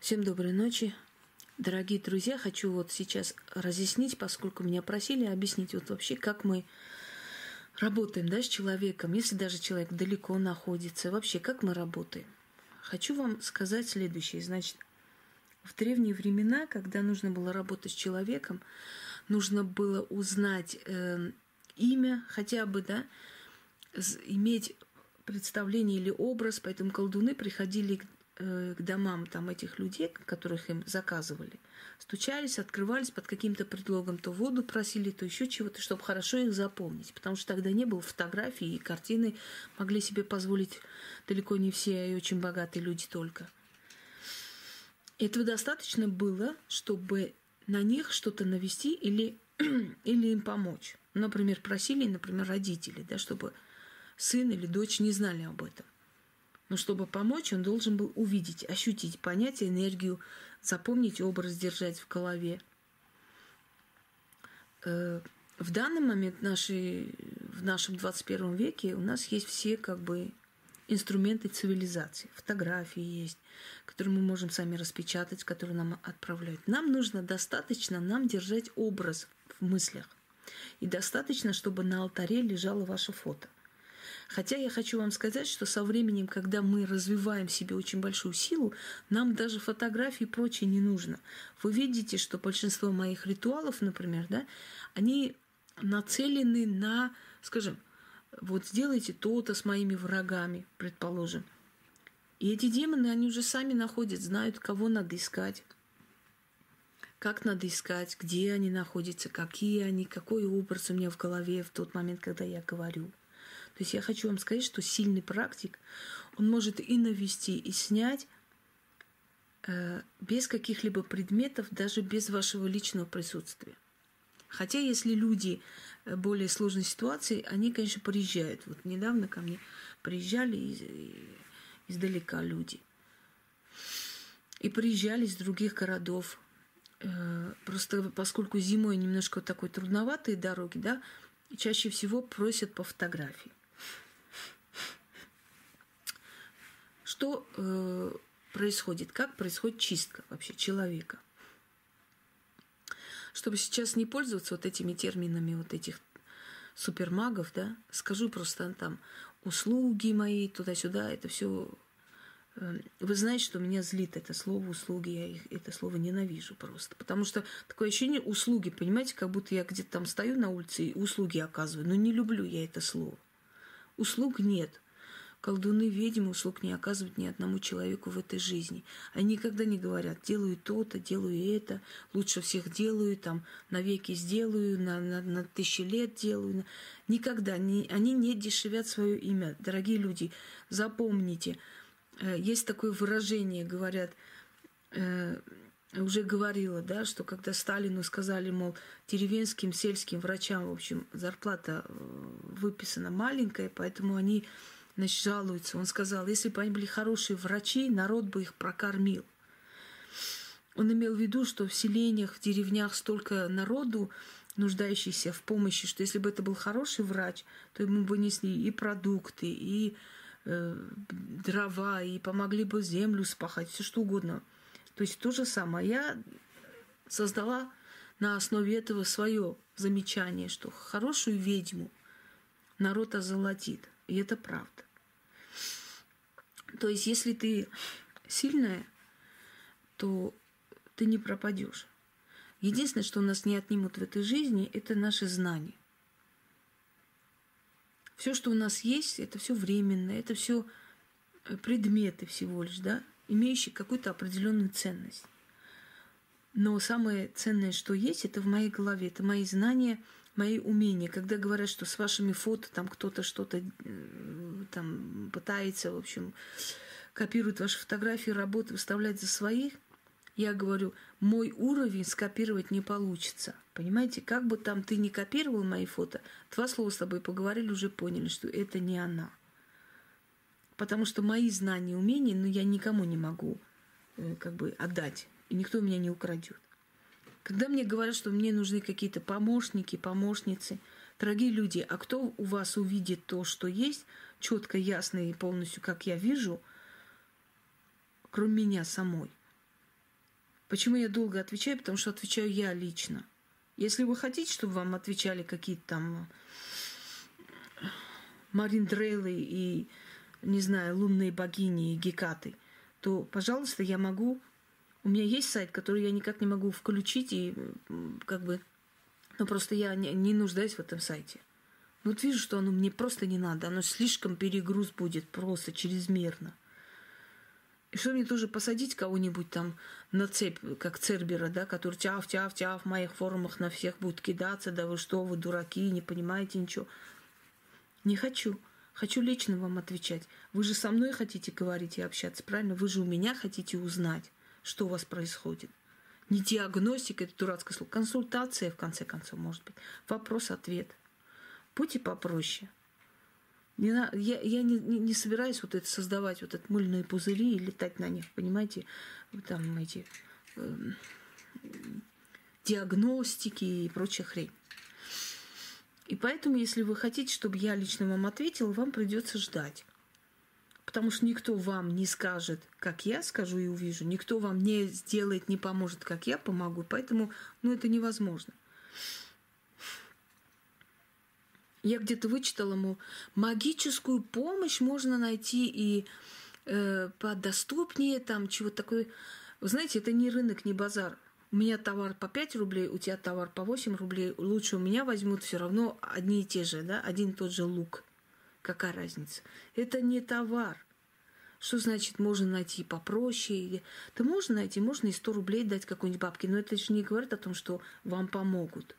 Всем доброй ночи. Дорогие друзья, хочу вот сейчас разъяснить, поскольку меня просили объяснить вот вообще, как мы работаем, да, с человеком, если даже человек далеко находится, вообще, как мы работаем. Хочу вам сказать следующее. Значит, в древние времена, когда нужно было работать с человеком, нужно было узнать имя хотя бы, да, иметь представление или образ, поэтому колдуны приходили к домам там этих людей, которых им заказывали, стучались, открывались под каким-то предлогом, то воду просили, то еще чего-то, чтобы хорошо их запомнить, потому что тогда не было фотографий, и картины могли себе позволить далеко не все, и очень богатые люди только. Этого достаточно было, чтобы на них что-то навести или им помочь. Например, просили, родители, да, чтобы сын или дочь не знали об этом. Но чтобы помочь, он должен был увидеть, ощутить, понять энергию, запомнить образ, держать в голове. В данный момент в нашем 21 веке у нас есть все инструменты цивилизации. Фотографии есть, которые мы можем сами распечатать, которые нам отправляют. Нам нужно достаточно держать образ в мыслях. И достаточно, чтобы на алтаре лежало ваше фото. Хотя я хочу вам сказать, что со временем, когда мы развиваем в себе очень большую силу, нам даже фотографии и прочее не нужно. Вы видите, что большинство моих ритуалов, например, да, они нацелены на, скажем, вот сделайте то-то с моими врагами, предположим. И эти демоны, они уже сами находят, знают, кого надо искать, как надо искать, где они находятся, какие они, какой образ у меня в голове в тот момент, когда я говорю. То есть я хочу вам сказать, что сильный практик, он может и навести, и снять без каких-либо предметов, даже без вашего личного присутствия. Хотя если люди более сложной ситуации, они, конечно, приезжают. Вот недавно ко мне приезжали издалека люди. И приезжали из других городов. Просто поскольку зимой немножко такой трудноватые дороги, да, чаще всего просят по фотографии. Что происходит? Как происходит чистка вообще человека? Чтобы сейчас не пользоваться вот этими терминами вот этих супермагов, да, скажу просто там услуги мои, туда-сюда, это все. Вы знаете, что меня злит это слово услуги, я это слово ненавижу просто. Потому что такое ощущение услуги, понимаете, как будто я где-то там стою на улице и услуги оказываю. Но не люблю я это слово. Услуг нет. Колдуны, ведьмы услуг не оказывают ни одному человеку в этой жизни. Они никогда не говорят, делаю то-то, делаю это, лучше всех делаю, там, навеки сделаю, на 1000 лет делаю. Никогда. Они не дешевят свое имя. Дорогие люди, запомните, есть такое выражение, говорят, уже говорила, да, что когда Сталину сказали, мол, деревенским, сельским врачам, в общем, зарплата выписана маленькая, поэтому они, значит, жалуются. Он сказал, если бы они были хорошие врачи, народ бы их прокормил. Он имел в виду, что в селениях, в деревнях столько народу, нуждающихся в помощи, что если бы это был хороший врач, то ему бы несли и продукты, и дрова, и помогли бы землю спахать, все что угодно. То есть то же самое. Я создала на основе этого свое замечание, что хорошую ведьму народ озолотит. И это правда. То есть если ты сильная, то ты не пропадешь. Единственное, что у нас не отнимут в этой жизни, это наши знания. Все, что у нас есть, это все временное, это все предметы всего лишь, да, имеющие какую-то определенную ценность. Но самое ценное, что есть, это в моей голове, это мои знания, мои умения. Когда говорят, что с вашими фото там кто-то что-то там пытается, в общем, копирует ваши фотографии, работы, выставлять за своих, я говорю, мой уровень скопировать не получится. Понимаете, как бы там ты ни копировал мои фото, 2 слова с тобой поговорили, уже поняли, что это не она. Потому что мои знания и умения, я никому не могу отдать, и никто меня не украдет. Когда мне говорят, что мне нужны какие-то помощники, помощницы, дорогие люди, а кто у вас увидит то, что есть, четко, ясно и полностью, как я вижу, кроме меня самой? Почему я долго отвечаю? Потому что отвечаю я лично. Если вы хотите, чтобы вам отвечали какие-то там Мариндреллы и, не знаю, лунные богини и Гекаты, то, пожалуйста, я могу... У меня есть сайт, который я никак не могу включить, и как бы... Ну, просто я не нуждаюсь в этом сайте. Вот вижу, что оно мне просто не надо. Оно слишком перегруз будет, просто чрезмерно. И что мне тоже посадить кого-нибудь там на цепь, как Цербера, да, который тяв-тяв-тяв в моих форумах на всех будет кидаться, да вы что, вы дураки, не понимаете ничего. Не хочу. Хочу лично вам отвечать. Вы же со мной хотите говорить и общаться, правильно? Вы же у меня хотите узнать, что у вас происходит. Не диагностика, это дурацкое слово. Консультация, в конце концов, может быть. Вопрос-ответ. Будьте попроще. Я не собираюсь вот это создавать, вот эти мыльные пузыри и летать на них, понимаете? Там эти диагностики и прочая хрень. И поэтому, если вы хотите, чтобы я лично вам ответила, вам придется ждать. Потому что никто вам не скажет, как я скажу и увижу. Никто вам не сделает, не поможет, как я помогу. Поэтому, это невозможно. Я где-то вычитала, мол, магическую помощь можно найти и подоступнее, там, чего-то такое. Вы знаете, это не рынок, не базар. У меня товар по 5 рублей, у тебя товар по 8 рублей. Лучше у меня возьмут все равно одни и те же, да, один и тот же лук. Какая разница? Это не товар. Что значит можно найти попроще? Да можно найти, можно и 100 рублей дать какой-нибудь бабке, но это же не говорит о том, что вам помогут.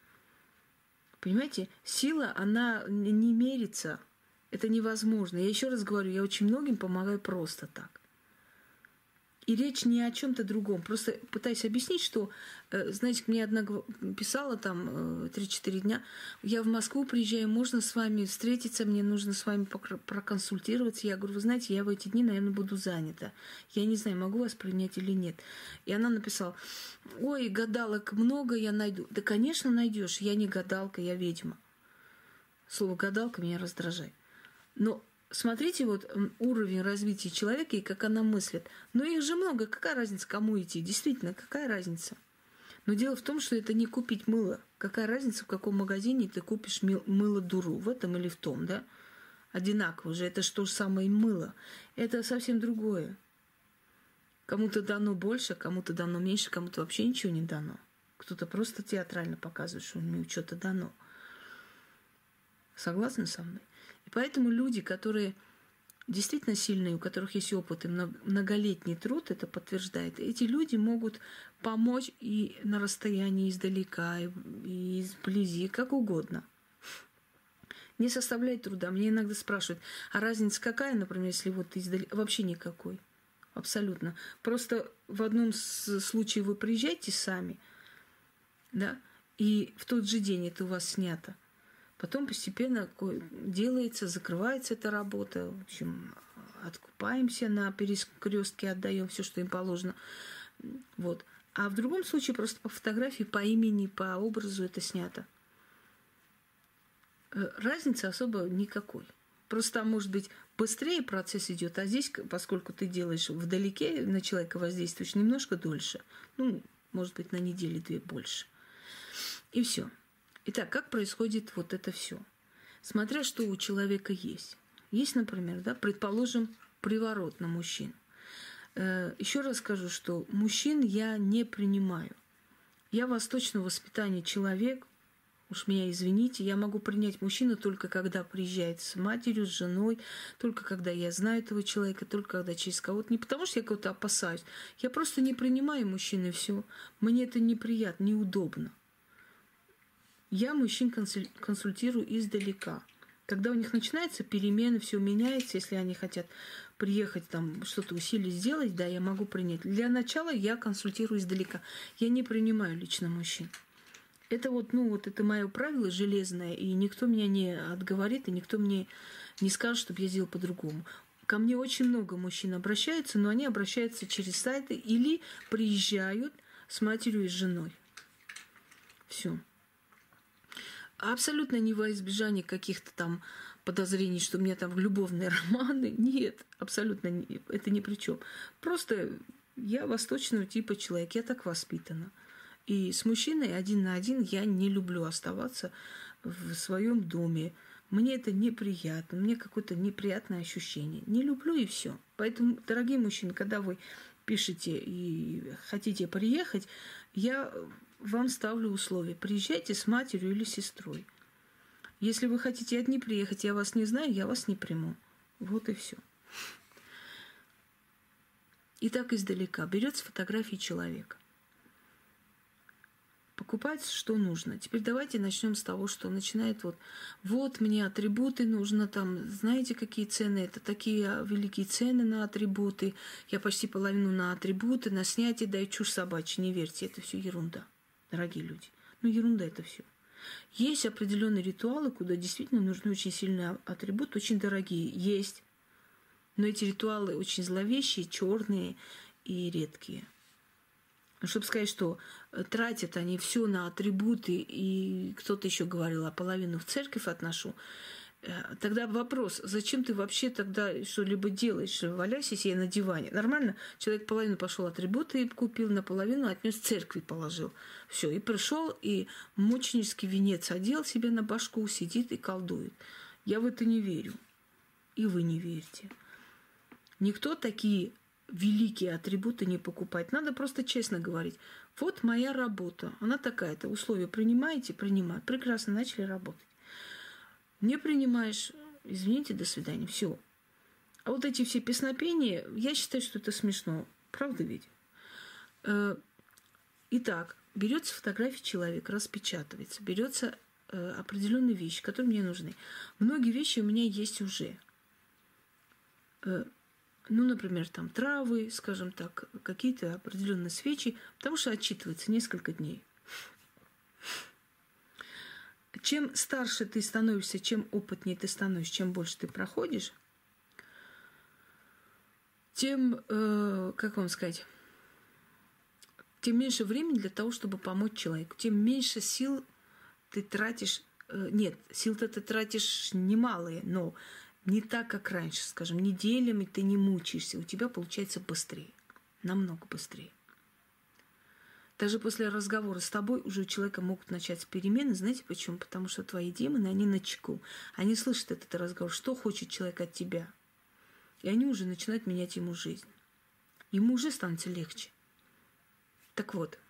Понимаете, сила, она не мерится. Это невозможно. Я еще раз говорю, я очень многим помогаю просто так. И речь не о чем-то другом. Просто пытаюсь объяснить, что, знаете, мне одна писала там 3-4 дня, я в Москву приезжаю, можно с вами встретиться, мне нужно с вами проконсультироваться. Я говорю, вы знаете, я в эти дни, наверное, буду занята. Я не знаю, могу вас принять или нет. И она написала, ой, гадалок много, я найду. Да, конечно, найдешь. Я не гадалка, я ведьма. Слово гадалка меня раздражает. Но смотрите, вот уровень развития человека и как она мыслит. Но их же много, какая разница, кому идти? Действительно, какая разница? Но дело в том, что это не купить мыло. Какая разница, в каком магазине ты купишь мыло-дуру, в этом или в том, да? Одинаково же, это же то же самое мыло. Это совсем другое. Кому-то дано больше, кому-то дано меньше, кому-то вообще ничего не дано. Кто-то просто театрально показывает, что ему что-то дано. Согласны со мной? И поэтому люди, которые действительно сильные, у которых есть опыт и многолетний труд, это подтверждает, эти люди могут помочь и на расстоянии издалека, и изблизи, как угодно. Не составляет труда. Мне иногда спрашивают, а разница какая, например, если вот издалека? Вообще никакой. Абсолютно. Просто в одном случае вы приезжаете сами, да, и в тот же день это у вас снято. Потом постепенно делается, закрывается эта работа. В общем, откупаемся на перекрестке, отдаем все, что им положено. Вот. А в другом случае просто по фотографии, по имени, по образу это снято. Разницы особо никакой. Просто там, может быть, быстрее процесс идет, а здесь, поскольку ты делаешь вдалеке, на человека воздействуешь немножко дольше, может быть, на неделю-две больше. И все. Итак, как происходит вот это все? Смотря что у человека есть. Есть, например, да, предположим, приворот на мужчин. Еще раз скажу, что мужчин я не принимаю. Я восточного воспитания человек, уж меня извините, я могу принять мужчину только когда приезжает с матерью, с женой, только когда я знаю этого человека, только когда через кого-то. Не потому что я кого-то опасаюсь. Я просто не принимаю мужчин и все. Мне это неприятно, неудобно. Я мужчин консультирую издалека. Когда у них начинаются перемены, все меняется, если они хотят приехать, там что-то усилие сделать, да, я могу принять. Для начала я консультирую издалека. Я не принимаю лично мужчин. Это это мое правило железное, и никто меня не отговорит, и никто мне не скажет, чтобы я сделал по-другому. Ко мне очень много мужчин обращаются, но они обращаются через сайты или приезжают с матерью и с женой. Все. Абсолютно не во избежание каких-то там подозрений, что у меня там любовные романы. Нет, абсолютно это ни при чем. Просто Я восточного типа человек, я так воспитана. И с мужчиной один на один я не люблю оставаться в своем доме. Мне это неприятно, мне какое-то неприятное ощущение. Не люблю и все. Поэтому, дорогие мужчины, когда вы пишете и хотите приехать, я вам ставлю условия. Приезжайте с матерью или сестрой. Если вы хотите одни приехать, я вас не знаю, я вас не приму. Вот и все. И так издалека. Берется фотографии человека. Покупается, что нужно. Теперь давайте начнем с того, что начинает вот мне атрибуты нужно, там, знаете, какие цены, это такие великие цены на атрибуты, я почти половину на атрибуты, на снятие даю, чушь собачья, не верьте, это все ерунда, дорогие люди. Ну, ерунда это все. Есть определенные ритуалы, куда действительно нужны очень сильные атрибуты, очень дорогие, есть. Но эти ритуалы очень зловещие, черные и редкие. Чтобы сказать, что тратят они все на атрибуты, и кто-то еще говорил, а половину в церковь отношу, тогда вопрос, зачем ты вообще тогда что-либо делаешь, валяйся себе на диване? Нормально? Человек половину пошел атрибуты купил, наполовину отнес в церкви положил. Все, и пришел, и мученический венец одел себе на башку, сидит и колдует. Я в это не верю. И вы не верите. Никто такие великие атрибуты не покупать. Надо просто честно говорить. Вот моя работа. Она такая-то. Условия принимаете? Принимаю. Прекрасно, начали работать. Не принимаешь? Извините, до свидания. Все. А вот эти все песнопения, я считаю, что это смешно. Правда ведь? Итак, берется фотография человека, распечатывается. Берется определенные вещи, которые мне нужны. Многие вещи у меня есть уже. Ну, например, там травы, скажем так, какие-то определенные свечи, потому что отчитывается несколько дней. Чем старше ты становишься, чем опытнее ты становишься, чем больше ты проходишь, тем, как вам сказать, тем меньше времени для того, чтобы помочь человеку, тем меньше сил ты тратишь. Нет, сил-то ты тратишь немалые, но не так, как раньше, скажем, неделями ты не мучаешься, у тебя получается быстрее, намного быстрее. Даже после разговора с тобой уже у человека могут начаться перемены. Знаете почему? Потому что твои демоны, они начеку. Они слышат этот разговор, что хочет человек от тебя. И они уже начинают менять ему жизнь. Ему уже становится легче. Так вот,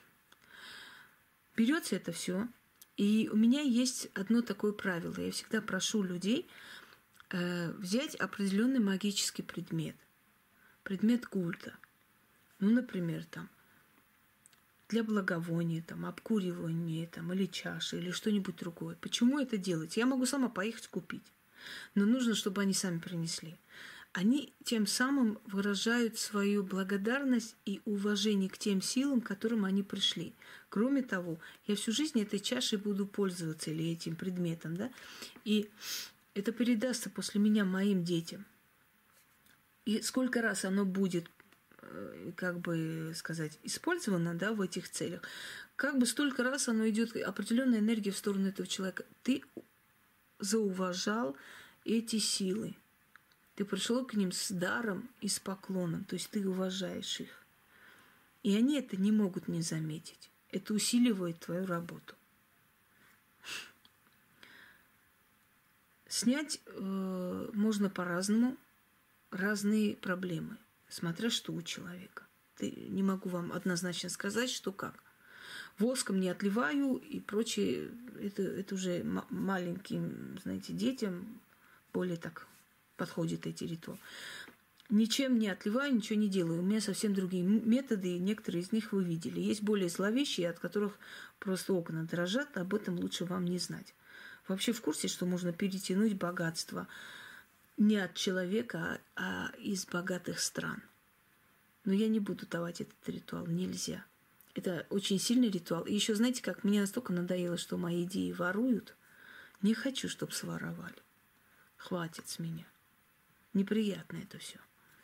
берется это все. И у меня есть одно такое правило. Я всегда прошу людей взять определенный магический предмет. Предмет культа. Ну, например, там, для благовония, там, обкуривания, там, или чаши, или что-нибудь другое. Почему это делать? Я могу сама поехать купить. Но нужно, чтобы они сами принесли. Они тем самым выражают свою благодарность и уважение к тем силам, к которым они пришли. Кроме того, я всю жизнь этой чашей буду пользоваться или этим предметом, да, и это передастся после меня моим детям. И сколько раз оно будет, как бы сказать, использовано, да, в этих целях, как бы столько раз оно идет, определенная энергия в сторону этого человека. Ты зауважал эти силы. Ты пришел к ним с даром и с поклоном, то есть ты уважаешь их. И они это не могут не заметить. Это усиливает твою работу. Снять можно по-разному, разные проблемы, смотря что у человека. Не могу вам однозначно сказать, что как. Воском не отливаю и прочее. Это уже маленьким, знаете, детям более так подходит эти ритуалы. Ничем не отливаю, ничего не делаю. У меня совсем другие методы, и некоторые из них вы видели. Есть более зловещие, от которых просто окна дрожат, об этом лучше вам не знать. Вообще в курсе, что можно перетянуть богатство не от человека, а из богатых стран. Но я не буду давать этот ритуал, нельзя. Это очень сильный ритуал. И еще знаете как, мне настолько надоело, что мои идеи воруют. Не хочу, чтобы своровали. Хватит с меня. Неприятно это все.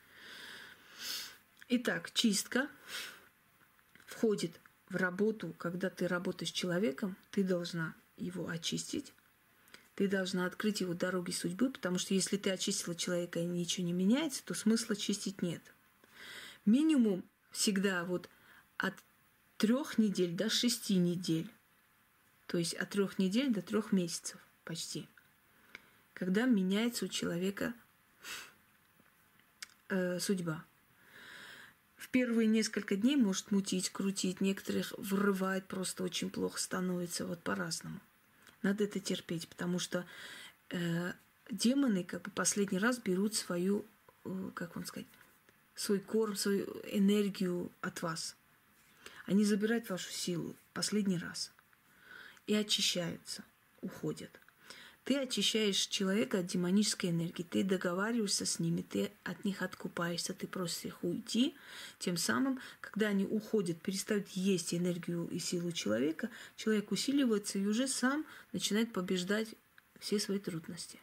Итак, чистка входит в работу, когда ты работаешь с человеком, ты должна его очистить, ты должна открыть его дороги судьбы, потому что если ты очистила человека и ничего не меняется, то смысла чистить нет. Минимум всегда вот от 3 недель до 6 недель. То есть от 3 недель до 3 месяцев почти. Когда меняется у человека судьба. В первые несколько дней может мутить, крутить, некоторых вырывает, просто очень плохо становится, вот по-разному. Надо это терпеть, потому что демоны как бы последний раз берут свою, как вам сказать, свой корм, свою энергию от вас. Они забирают вашу силу последний раз и очищаются, уходят. Ты очищаешь человека от демонической энергии, ты договариваешься с ними, ты от них откупаешься, ты просишь их уйти. Тем самым, когда они уходят, перестают есть энергию и силу человека, человек усиливается и уже сам начинает побеждать все свои трудности.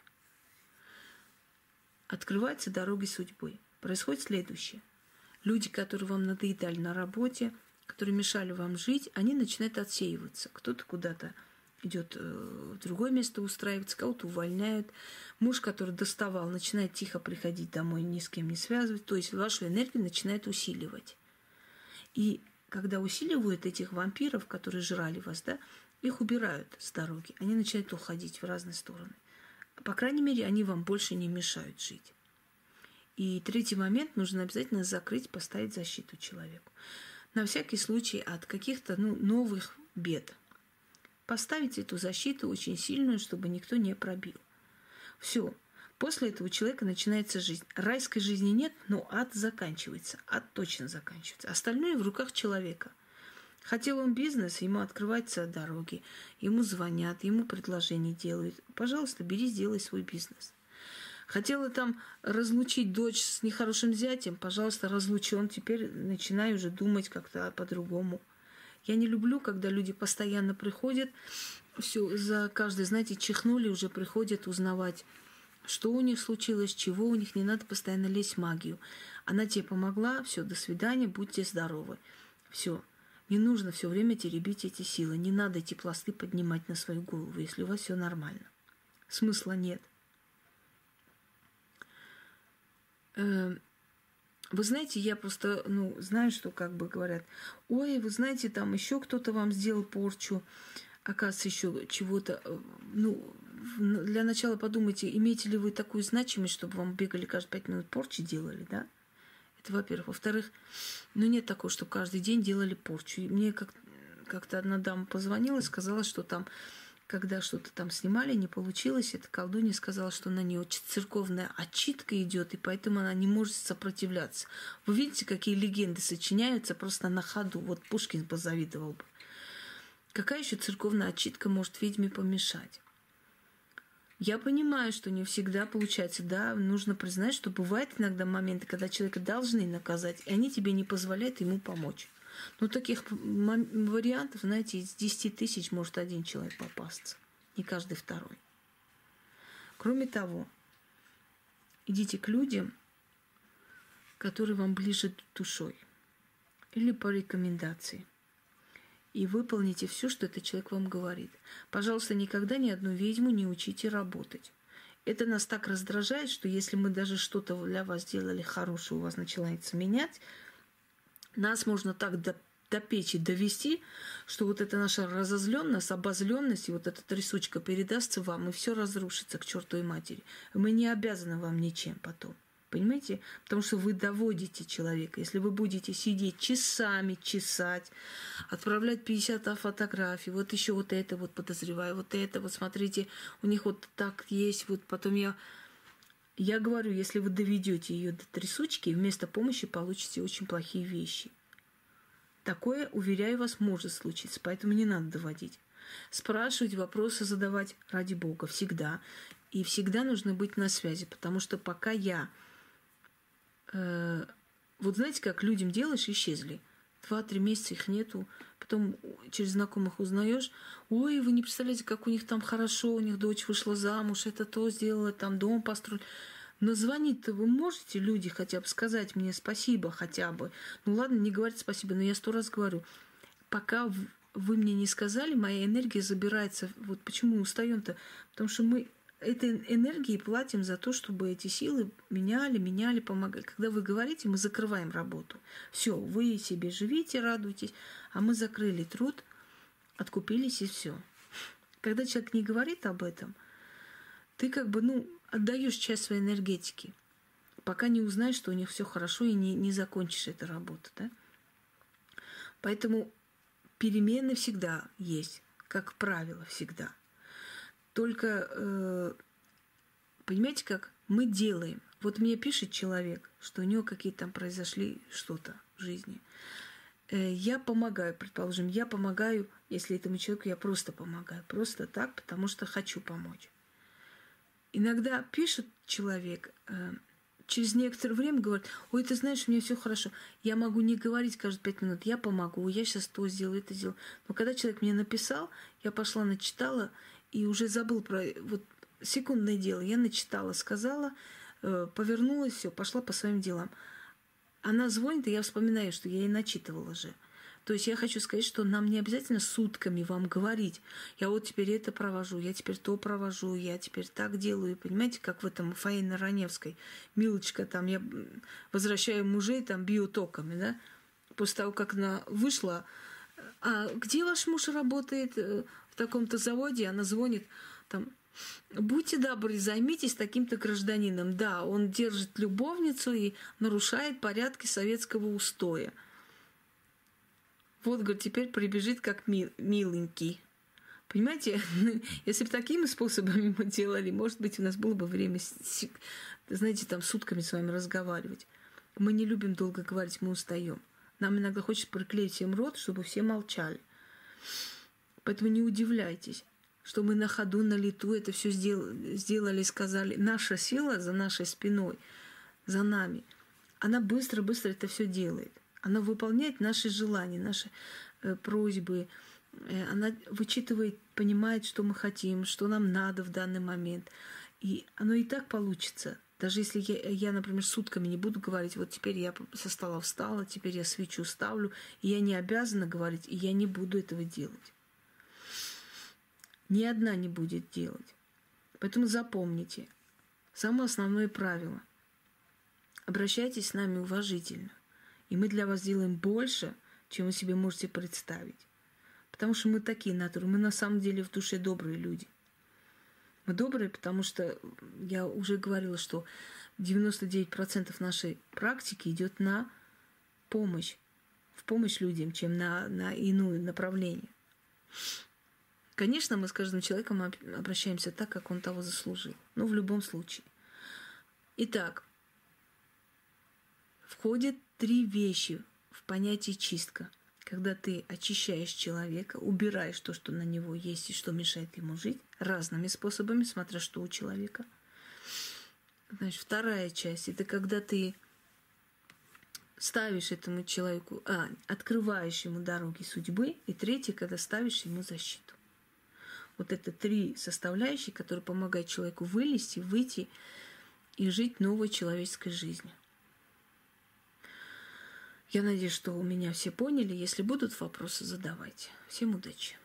Открываются дороги судьбы. Происходит следующее. Люди, которые вам надоедали на работе, которые мешали вам жить, они начинают отсеиваться. Кто-то куда-то идет в другое место устраиваться, кого-то увольняют. Муж, который доставал, начинает тихо приходить домой, ни с кем не связывать. То есть вашу энергию начинает усиливать. И когда усиливают этих вампиров, которые жрали вас, да, их убирают с дороги. Они начинают уходить в разные стороны. По крайней мере, они вам больше не мешают жить. И третий момент, нужно обязательно закрыть, поставить защиту человеку. На всякий случай от каких-то новых бед. Поставить эту защиту очень сильную, чтобы никто не пробил. Все. После этого у человека начинается жизнь. Райской жизни нет, но ад заканчивается. Ад точно заканчивается. Остальное в руках человека. Хотел он бизнес, ему открываются дороги, ему звонят, ему предложения делают. Пожалуйста, бери, сделай свой бизнес. Хотела там разлучить дочь с нехорошим зятем, пожалуйста, разлучен. Теперь начинай уже думать как-то по-другому. Я не люблю, когда люди постоянно приходят, все за каждый, знаете, чихнули, уже приходят узнавать, что у них случилось, чего у них. Не надо постоянно лезть в магию. Она тебе помогла, все, до свидания, будьте здоровы. Все. Не нужно все время теребить эти силы. Не надо эти пласты поднимать на свою голову, если у вас все нормально. Смысла нет. Вы знаете, я просто, знаю, что как бы говорят, ой, вы знаете, там еще кто-то вам сделал порчу, оказывается, еще чего-то. Для начала подумайте, имеете ли вы такую значимость, чтобы вам бегали каждые 5 минут порчи делали, да? Это во-первых. Во-вторых, нет такого, что каждый день делали порчу. И мне как-то одна дама позвонила и сказала, что там, когда что-то там снимали, не получилось, эта колдунья сказала, что на нее церковная отчитка идет, и поэтому она не может сопротивляться. Вы видите, какие легенды сочиняются просто на ходу. Вот Пушкин позавидовал бы. Какая еще церковная отчитка может ведьме помешать? Я понимаю, что не всегда получается. Да, нужно признать, что бывают иногда моменты, когда человека должны наказать, и они тебе не позволяют ему помочь. Но таких вариантов, знаете, из 10 тысяч может один человек попасться. Не каждый второй. Кроме того, идите к людям, которые вам ближе душой. Или по рекомендации. И выполните все, что этот человек вам говорит. Пожалуйста, никогда ни одну ведьму не учите работать. Это нас так раздражает, что если мы даже что-то для вас сделали хорошее, у вас начинается менять, нас можно так до печи довести, что вот эта наша разозленность, обозленность и вот эта трясучка передастся вам, и все разрушится к чертовой матери. Мы не обязаны вам ничем потом. Понимаете? Потому что вы доводите человека. Если вы будете сидеть часами, чесать, отправлять 50 фотографий, вот еще вот это вот подозреваю, вот это вот, смотрите, у них вот так есть, вот потом я говорю, если вы доведете ее до трясучки, вместо помощи получите очень плохие вещи. Такое, уверяю вас, может случиться, поэтому не надо доводить. Спрашивать, вопросы задавать ради Бога всегда. И всегда нужно быть на связи, потому что пока я... вот знаете, как людям делаешь, исчезли. 2-3 месяца их нету. Потом через знакомых узнаешь, ой, вы не представляете, как у них там хорошо, у них дочь вышла замуж, это то сделала, там дом построили. Но звонить-то вы можете, люди, хотя бы сказать мне спасибо хотя бы. Ладно, не говорить спасибо, но я 100 раз говорю. Пока вы мне не сказали, моя энергия забирается. Вот почему устаем-то? Потому что мы этой энергией платим за то, чтобы эти силы меняли, помогали. Когда вы говорите, мы закрываем работу. Все, вы себе живите, радуйтесь, а мы закрыли труд, откупились и все. Когда человек не говорит об этом, ты отдаешь часть своей энергетики, пока не узнаешь, что у них все хорошо и не закончишь эту работу, да? Поэтому перемены всегда есть, как правило, всегда. Только, понимаете, как мы делаем. Вот мне пишет человек, что у него какие-то там произошли что-то в жизни. Я помогаю, предположим, если этому человеку я просто помогаю. Просто так, потому что хочу помочь. Иногда пишет человек, через некоторое время говорит: ой, ты знаешь, у меня все хорошо. Я могу не говорить каждые 5 минут, я помогу, я сейчас то сделаю, это сделаю. Но когда человек мне написал, я пошла, начитала и уже забыл про... Вот секундное дело, я начитала, сказала, повернулась, все, пошла по своим делам. Она звонит, и я вспоминаю, что я ей начитывала же. То есть я хочу сказать, что нам не обязательно сутками вам говорить: я вот теперь это провожу, я теперь то провожу, я теперь так делаю. Понимаете, как в этом Фаине Раневской. Милочка, там, я возвращаю мужей, там, бью токами, да? После того, как она вышла: а где ваш муж работает? В таком-то заводе. Она звонит, там: будьте добры, займитесь таким-то гражданином. Да, он держит любовницу и нарушает порядки советского устоя. Вот, говорит, теперь прибежит как миленький. Понимаете, если бы такими способами мы делали, может быть, у нас было бы время, знаете, там сутками с вами разговаривать. Мы не любим долго говорить, мы устаем. Нам иногда хочется приклеить всем рот, чтобы все молчали. Поэтому не удивляйтесь, что мы на ходу, на лету это все сделали, сказали. Наша сила за нашей спиной, за нами, она быстро-быстро это все делает. Она выполняет наши желания, наши просьбы. Она вычитывает, понимает, что мы хотим, что нам надо в данный момент. И оно и так получится. Даже если я, например, сутками не буду говорить: вот теперь я со стола встала, теперь я свечу ставлю, и я не обязана говорить, и я не буду этого делать. Ни одна не будет делать. Поэтому запомните, самое основное правило: обращайтесь с нами уважительно. И мы для вас делаем больше, чем вы себе можете представить. Потому что мы такие натуры. Мы на самом деле в душе добрые люди. Мы добрые, потому что я уже говорила, что 99% нашей практики идет на помощь. В помощь людям, чем на иное направление. Конечно, мы с каждым человеком обращаемся так, как он того заслужил. Но в любом случае. Итак, входит 3 вещи в понятие чистка. Когда ты очищаешь человека, убираешь то, что на него есть и что мешает ему жить, разными способами, смотря что у человека. Значит, вторая часть – это когда ты ставишь этому человеку, открываешь ему дороги судьбы, и третье, когда ставишь ему защиту. Вот это 3 составляющие, которые помогают человеку вылезти, выйти и жить новой человеческой жизнью. Я надеюсь, что у меня все поняли. Если будут вопросы, задавайте. Всем удачи.